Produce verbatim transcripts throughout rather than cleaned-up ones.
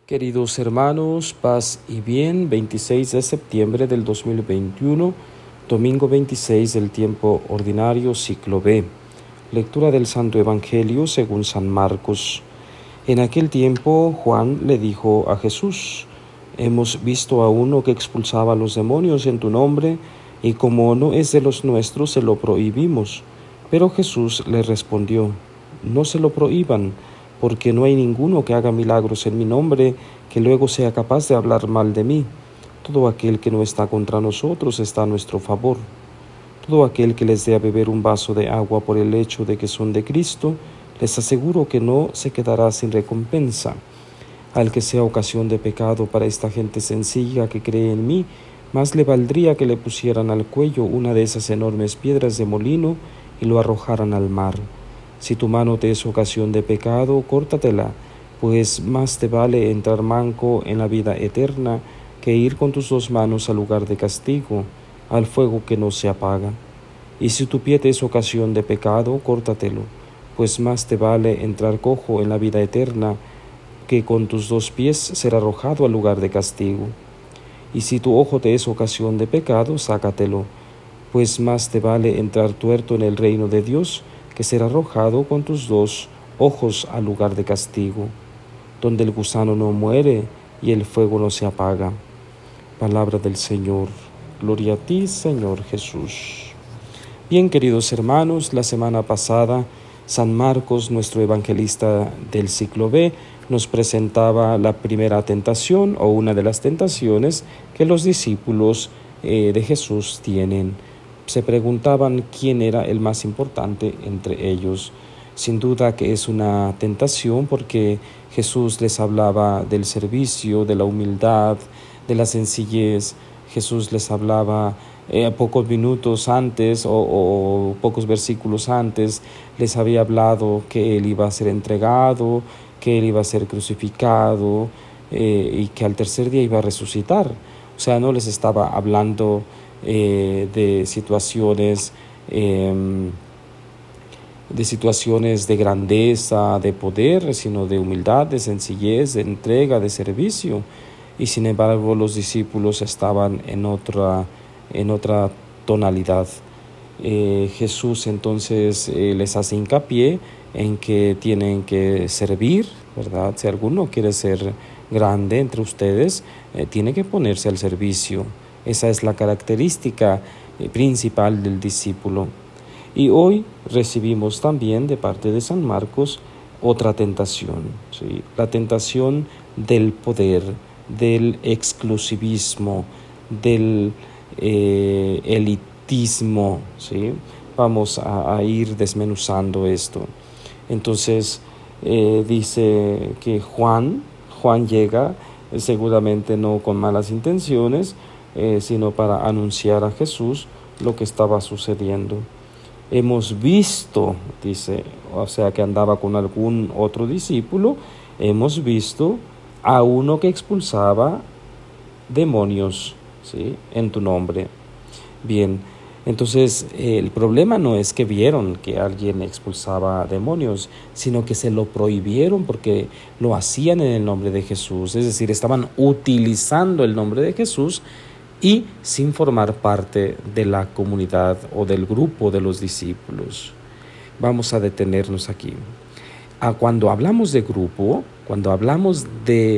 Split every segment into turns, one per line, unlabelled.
Queridos hermanos, paz y bien, veintiséis de septiembre del dos mil veintiuno, domingo veintiséis del tiempo ordinario, ciclo B. Lectura del Santo Evangelio según San Marcos. En aquel tiempo Juan le dijo a Jesús: hemos visto a uno que expulsaba a los demonios en tu nombre, y como no es de los nuestros, se lo prohibimos. Pero Jesús le respondió: no se lo prohíban, porque no hay ninguno que haga milagros en mi nombre que luego sea capaz de hablar mal de mí. Todo aquel que no está contra nosotros está a nuestro favor. Todo aquel que les dé a beber un vaso de agua por el hecho de que son de Cristo, les aseguro que no se quedará sin recompensa. Al que sea ocasión de pecado para esta gente sencilla que cree en mí, más le valdría que le pusieran al cuello una de esas enormes piedras de molino y lo arrojaran al mar. Si tu mano te es ocasión de pecado, córtatela, pues más te vale entrar manco en la vida eterna que ir con tus dos manos al lugar de castigo, al fuego que no se apaga. Y si tu pie te es ocasión de pecado, córtatelo, pues más te vale entrar cojo en la vida eterna que con tus dos pies ser arrojado al lugar de castigo. Y si tu ojo te es ocasión de pecado, sácatelo, pues más te vale entrar tuerto en el reino de Dios que ser arrojado con tus dos ojos al lugar de castigo, donde el gusano no muere y el fuego no se apaga. Palabra del Señor. Gloria a ti, Señor Jesús. Bien, queridos hermanos, la semana pasada San Marcos, nuestro evangelista del ciclo B, nos presentaba la primera tentación o una de las tentaciones que los discípulos eh, de Jesús tienen. Se preguntaban quién era el más importante entre ellos. Sin duda que es una tentación porque Jesús les hablaba del servicio, de la humildad, de la sencillez. Jesús les hablaba eh, pocos minutos antes o, o pocos versículos antes, les había hablado que Él iba a ser entregado, que Él iba a ser crucificado eh, y que al tercer día iba a resucitar. O sea, no les estaba hablando Eh, de situaciones eh, de situaciones de grandeza, de poder, sino de humildad, de sencillez, de entrega, de servicio. Y sin embargo los discípulos estaban en otra, en otra tonalidad. Eh, Jesús entonces eh, les hace hincapié en que tienen que servir, ¿verdad? Si alguno quiere ser grande entre ustedes, eh, tiene que ponerse al servicio. Esa es la característica eh, principal del discípulo. Y hoy recibimos también de parte de San Marcos otra tentación, ¿sí? La tentación del poder, del exclusivismo, del eh, elitismo, ¿sí? Vamos a, a ir desmenuzando esto. Entonces eh, dice que Juan, Juan llega eh, seguramente no con malas intenciones, Eh, sino para anunciar a Jesús lo que estaba sucediendo. Hemos visto, dice, o sea que andaba con algún otro discípulo, hemos visto a uno que expulsaba demonios, ¿sí?, en tu nombre. Bien, entonces eh, el problema no es que vieron que alguien expulsaba demonios, sino que se lo prohibieron porque lo hacían en el nombre de Jesús, es decir, estaban utilizando el nombre de Jesús y sin formar parte de la comunidad o del grupo de los discípulos. Vamos a detenernos aquí. Ah, cuando hablamos de grupo, cuando hablamos de,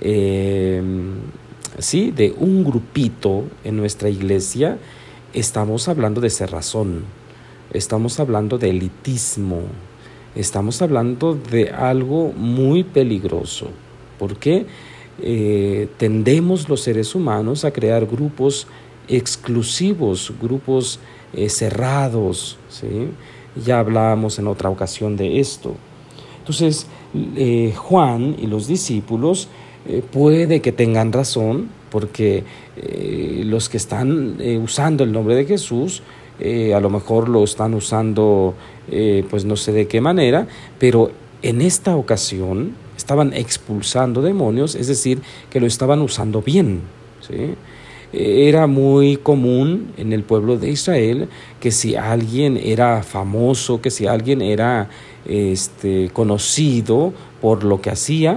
eh, sí, de un grupito en nuestra iglesia, estamos hablando de cerrazón, estamos hablando de elitismo, estamos hablando de algo muy peligroso. ¿Por qué? Eh, tendemos los seres humanos a crear grupos exclusivos, grupos eh, cerrados, ¿sí? Ya hablábamos en otra ocasión de esto. Entonces, eh, Juan y los discípulos eh, puede que tengan razón, porque eh, los que están eh, usando el nombre de Jesús, eh, a lo mejor lo están usando, eh, pues no sé de qué manera, pero en esta ocasión estaban expulsando demonios, es decir, que lo estaban usando bien, ¿sí? Era muy común en el pueblo de Israel que si alguien era famoso, que si alguien era este, conocido por lo que hacía,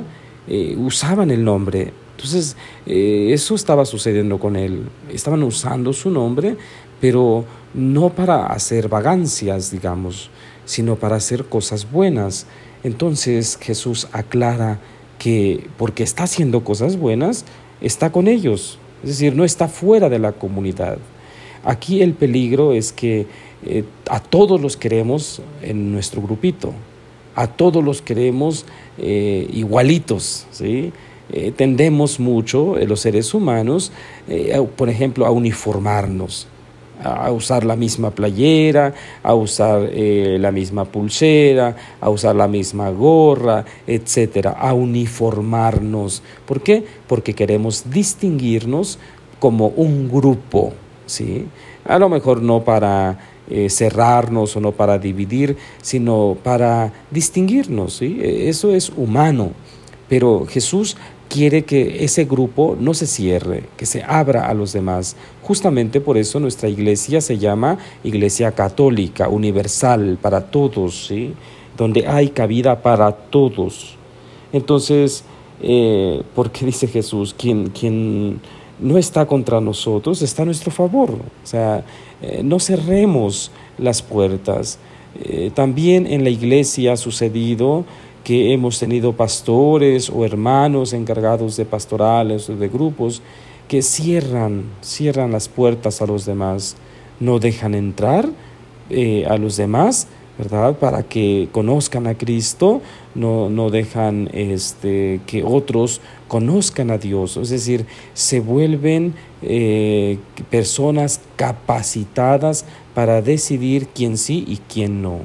eh, usaban el nombre. Entonces, eh, eso estaba sucediendo con él. Estaban usando su nombre, pero no para hacer vagancias, digamos, sino para hacer cosas buenas. Entonces Jesús aclara que porque está haciendo cosas buenas, está con ellos, es decir, no está fuera de la comunidad. Aquí el peligro es que eh, a todos los queremos en nuestro grupito, a todos los queremos eh, igualitos, ¿sí? Eh, tendemos mucho, eh, los seres humanos, eh, a, por ejemplo, a uniformarnos, a usar la misma playera, a usar eh, la misma pulsera, a usar la misma gorra, etcétera, a uniformarnos. ¿Por qué? Porque queremos distinguirnos como un grupo, ¿sí? A lo mejor no para eh, cerrarnos o no para dividir, sino para distinguirnos, ¿sí? Eso es humano, pero Jesús quiere que ese grupo no se cierre, que se abra a los demás. Justamente por eso nuestra iglesia se llama Iglesia Católica, universal, para todos, ¿sí? Donde hay cabida para todos. Entonces, eh, ¿por qué dice Jesús? Quien, quien no está contra nosotros está a nuestro favor. O sea, eh, no cerremos las puertas. Eh, también en la iglesia ha sucedido que hemos tenido pastores o hermanos encargados de pastorales o de grupos que cierran, cierran las puertas a los demás, no dejan entrar eh, a los demás, ¿verdad? Para que conozcan a Cristo, no, no dejan este, que otros conozcan a Dios, es decir, se vuelven eh, personas capacitadas para decidir quién sí y quién no.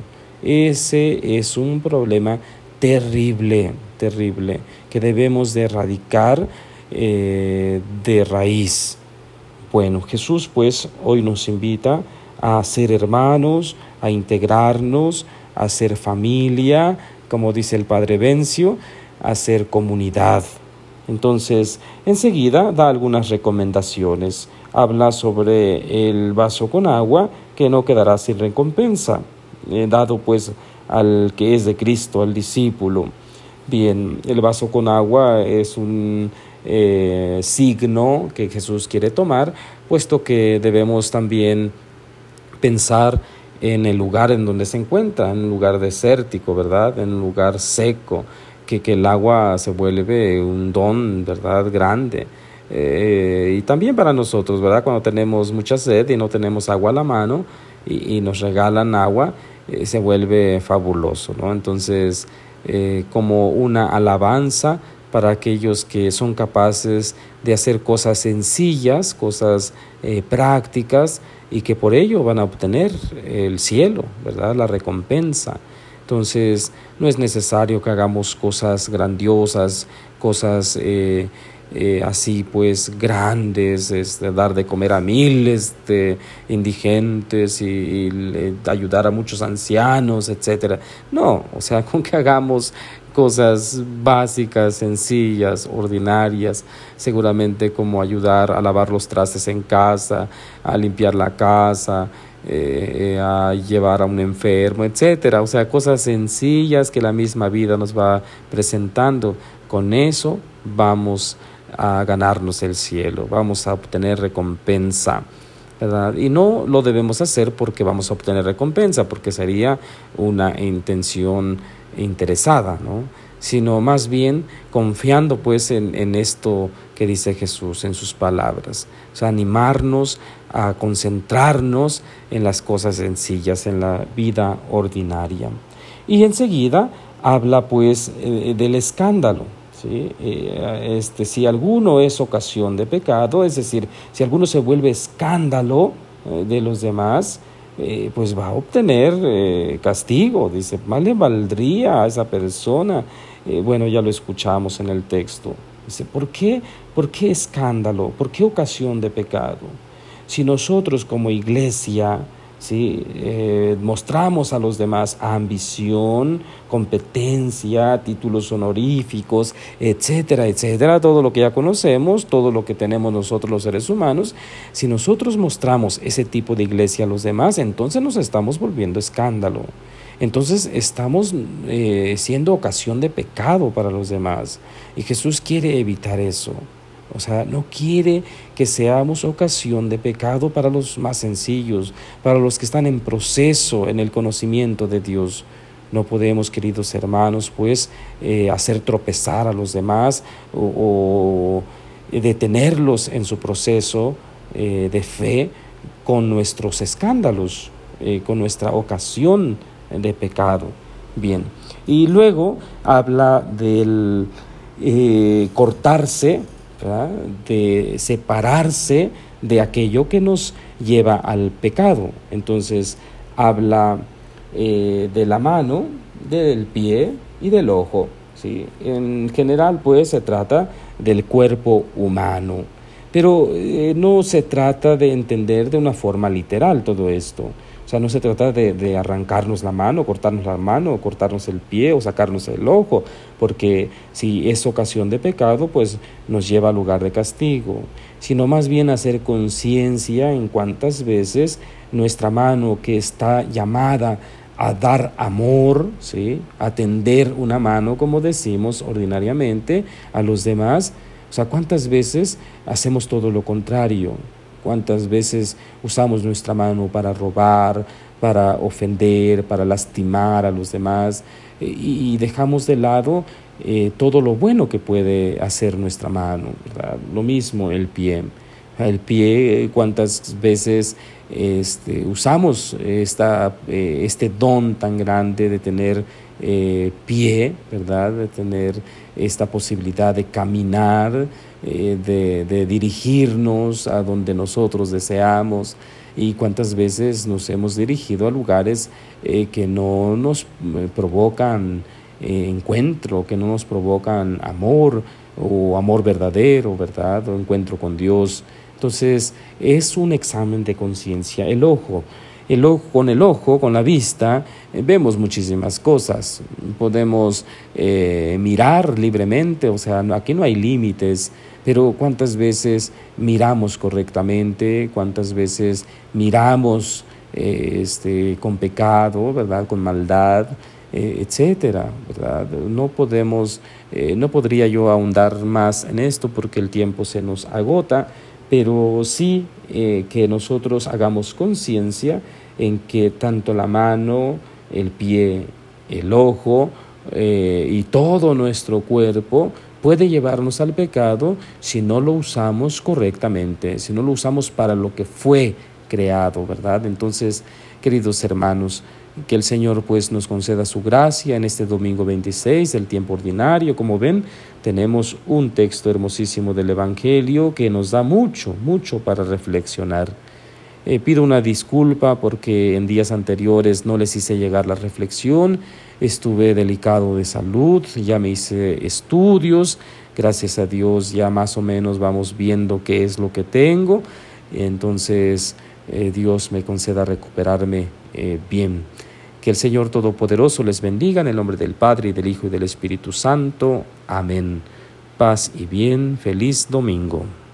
Ese es un problema terrible, terrible, que debemos de erradicar eh, de raíz. Bueno, Jesús pues hoy nos invita a ser hermanos, a integrarnos, a ser familia, como dice el Padre Vencio, a ser comunidad. Entonces, enseguida da algunas recomendaciones. Habla sobre el vaso con agua que no quedará sin recompensa, eh, dado pues al que es de Cristo, al discípulo. Bien, el vaso con agua es un eh, signo que Jesús quiere tomar, puesto que debemos también pensar en el lugar en donde se encuentra, en un lugar desértico, ¿verdad? En un lugar seco, que, que el agua se vuelve un don, ¿verdad? Grande. Eh, y también para nosotros, ¿verdad? Cuando tenemos mucha sed y no tenemos agua a la mano y, y nos regalan agua, eh, se vuelve fabuloso, ¿no? Entonces, eh, como una alabanza para aquellos que son capaces de hacer cosas sencillas, cosas eh, prácticas, y que por ello van a obtener el cielo, ¿verdad? La recompensa. Entonces, no es necesario que hagamos cosas grandiosas, cosas eh, eh, así pues grandes, este, dar de comer a miles de indigentes y, y ayudar a muchos ancianos, etcétera. No, o sea, con que hagamos cosas básicas, sencillas, ordinarias, seguramente como ayudar a lavar los trastes en casa, a limpiar la casa, eh, a llevar a un enfermo, etcétera. O sea, cosas sencillas que la misma vida nos va presentando. Con eso vamos a ganarnos el cielo, vamos a obtener recompensa, ¿verdad? Y no lo debemos hacer porque vamos a obtener recompensa, porque sería una intención interesada, ¿no? Sino más bien confiando pues en, en esto que dice Jesús, en sus palabras. O sea, animarnos a concentrarnos en las cosas sencillas, en la vida ordinaria. Y enseguida habla pues eh, del escándalo, ¿sí? Eh, este, si alguno es ocasión de pecado, es decir, si alguno se vuelve escándalo eh, de los demás, Eh, pues va a obtener eh, castigo. Dice, más le valdría a esa persona. Eh, bueno, ya lo escuchamos en el texto. Dice, ¿por qué? ¿Por qué escándalo? ¿Por qué ocasión de pecado? Si nosotros como iglesia, ¿sí? eh, mostramos a los demás ambición, competencia, títulos honoríficos, etcétera, etcétera, todo lo que ya conocemos, todo lo que tenemos nosotros los seres humanos, si nosotros mostramos ese tipo de iglesia a los demás, entonces nos estamos volviendo escándalo. entonces estamos eh, siendo ocasión de pecado para los demás. Y Jesús quiere evitar eso. O sea, no quiere que seamos ocasión de pecado para los más sencillos, para los que están en proceso en el conocimiento de Dios. No podemos, queridos hermanos, pues eh, hacer tropezar a los demás o, o detenerlos en su proceso eh, de fe con nuestros escándalos, eh, con nuestra ocasión de pecado. Bien, y luego habla del eh, cortarse, ¿verdad?, de separarse de aquello que nos lleva al pecado. Entonces habla eh, de la mano, del pie y del ojo, ¿sí? En general, pues, se trata del cuerpo humano, pero eh, no se trata de entender de una forma literal todo esto. O sea, no se trata de, de arrancarnos la mano, cortarnos la mano, o cortarnos el pie o sacarnos el ojo, porque si es ocasión de pecado, pues nos lleva a lugar de castigo, sino más bien hacer conciencia en cuántas veces nuestra mano, que está llamada a dar amor, ¿sí?, a tender una mano, como decimos ordinariamente, a los demás. O sea, ¿cuántas veces hacemos todo lo contrario? ¿Cuántas veces usamos nuestra mano para robar, para ofender, para lastimar a los demás eh, y, y dejamos de lado eh, todo lo bueno que puede hacer nuestra mano, ¿verdad? Lo mismo el pie. El pie, ¿cuántas veces este, usamos esta, eh, este don tan grande de tener eh, pie, ¿verdad?, de tener esta posibilidad de caminar, eh, de, de dirigirnos a donde nosotros deseamos, y cuántas veces nos hemos dirigido a lugares eh, que no nos eh, provocan eh, encuentro, que no nos provocan amor o amor verdadero, ¿verdad?, o encuentro con Dios. Entonces es un examen de conciencia. El ojo, el ojo, con el ojo, con la vista, eh, vemos muchísimas cosas. Podemos eh, mirar libremente, o sea, no, aquí no hay límites, pero ¿cuántas veces miramos correctamente? ¿Cuántas veces miramos eh, este, con pecado, ¿verdad?, con maldad, eh, etcétera, ¿verdad? No podemos, eh, no podría yo ahondar más en esto porque el tiempo se nos agota, pero sí eh, que nosotros hagamos conciencia en que tanto la mano, el pie, el ojo eh, y todo nuestro cuerpo puede llevarnos al pecado si no lo usamos correctamente, si no lo usamos para lo que fue creado, ¿verdad? Entonces, queridos hermanos, que el Señor pues nos conceda su gracia en este domingo veintiséis del tiempo ordinario. Como ven, tenemos un texto hermosísimo del Evangelio que nos da mucho, mucho para reflexionar. Eh, pido una disculpa porque en días anteriores no les hice llegar la reflexión, estuve delicado de salud, ya me hice estudios, gracias a Dios ya más o menos vamos viendo qué es lo que tengo, entonces eh, Dios me conceda recuperarme eh, bien. Que el Señor Todopoderoso les bendiga en el nombre del Padre, y del Hijo, y del Espíritu Santo. Amén. Paz y bien. Feliz domingo.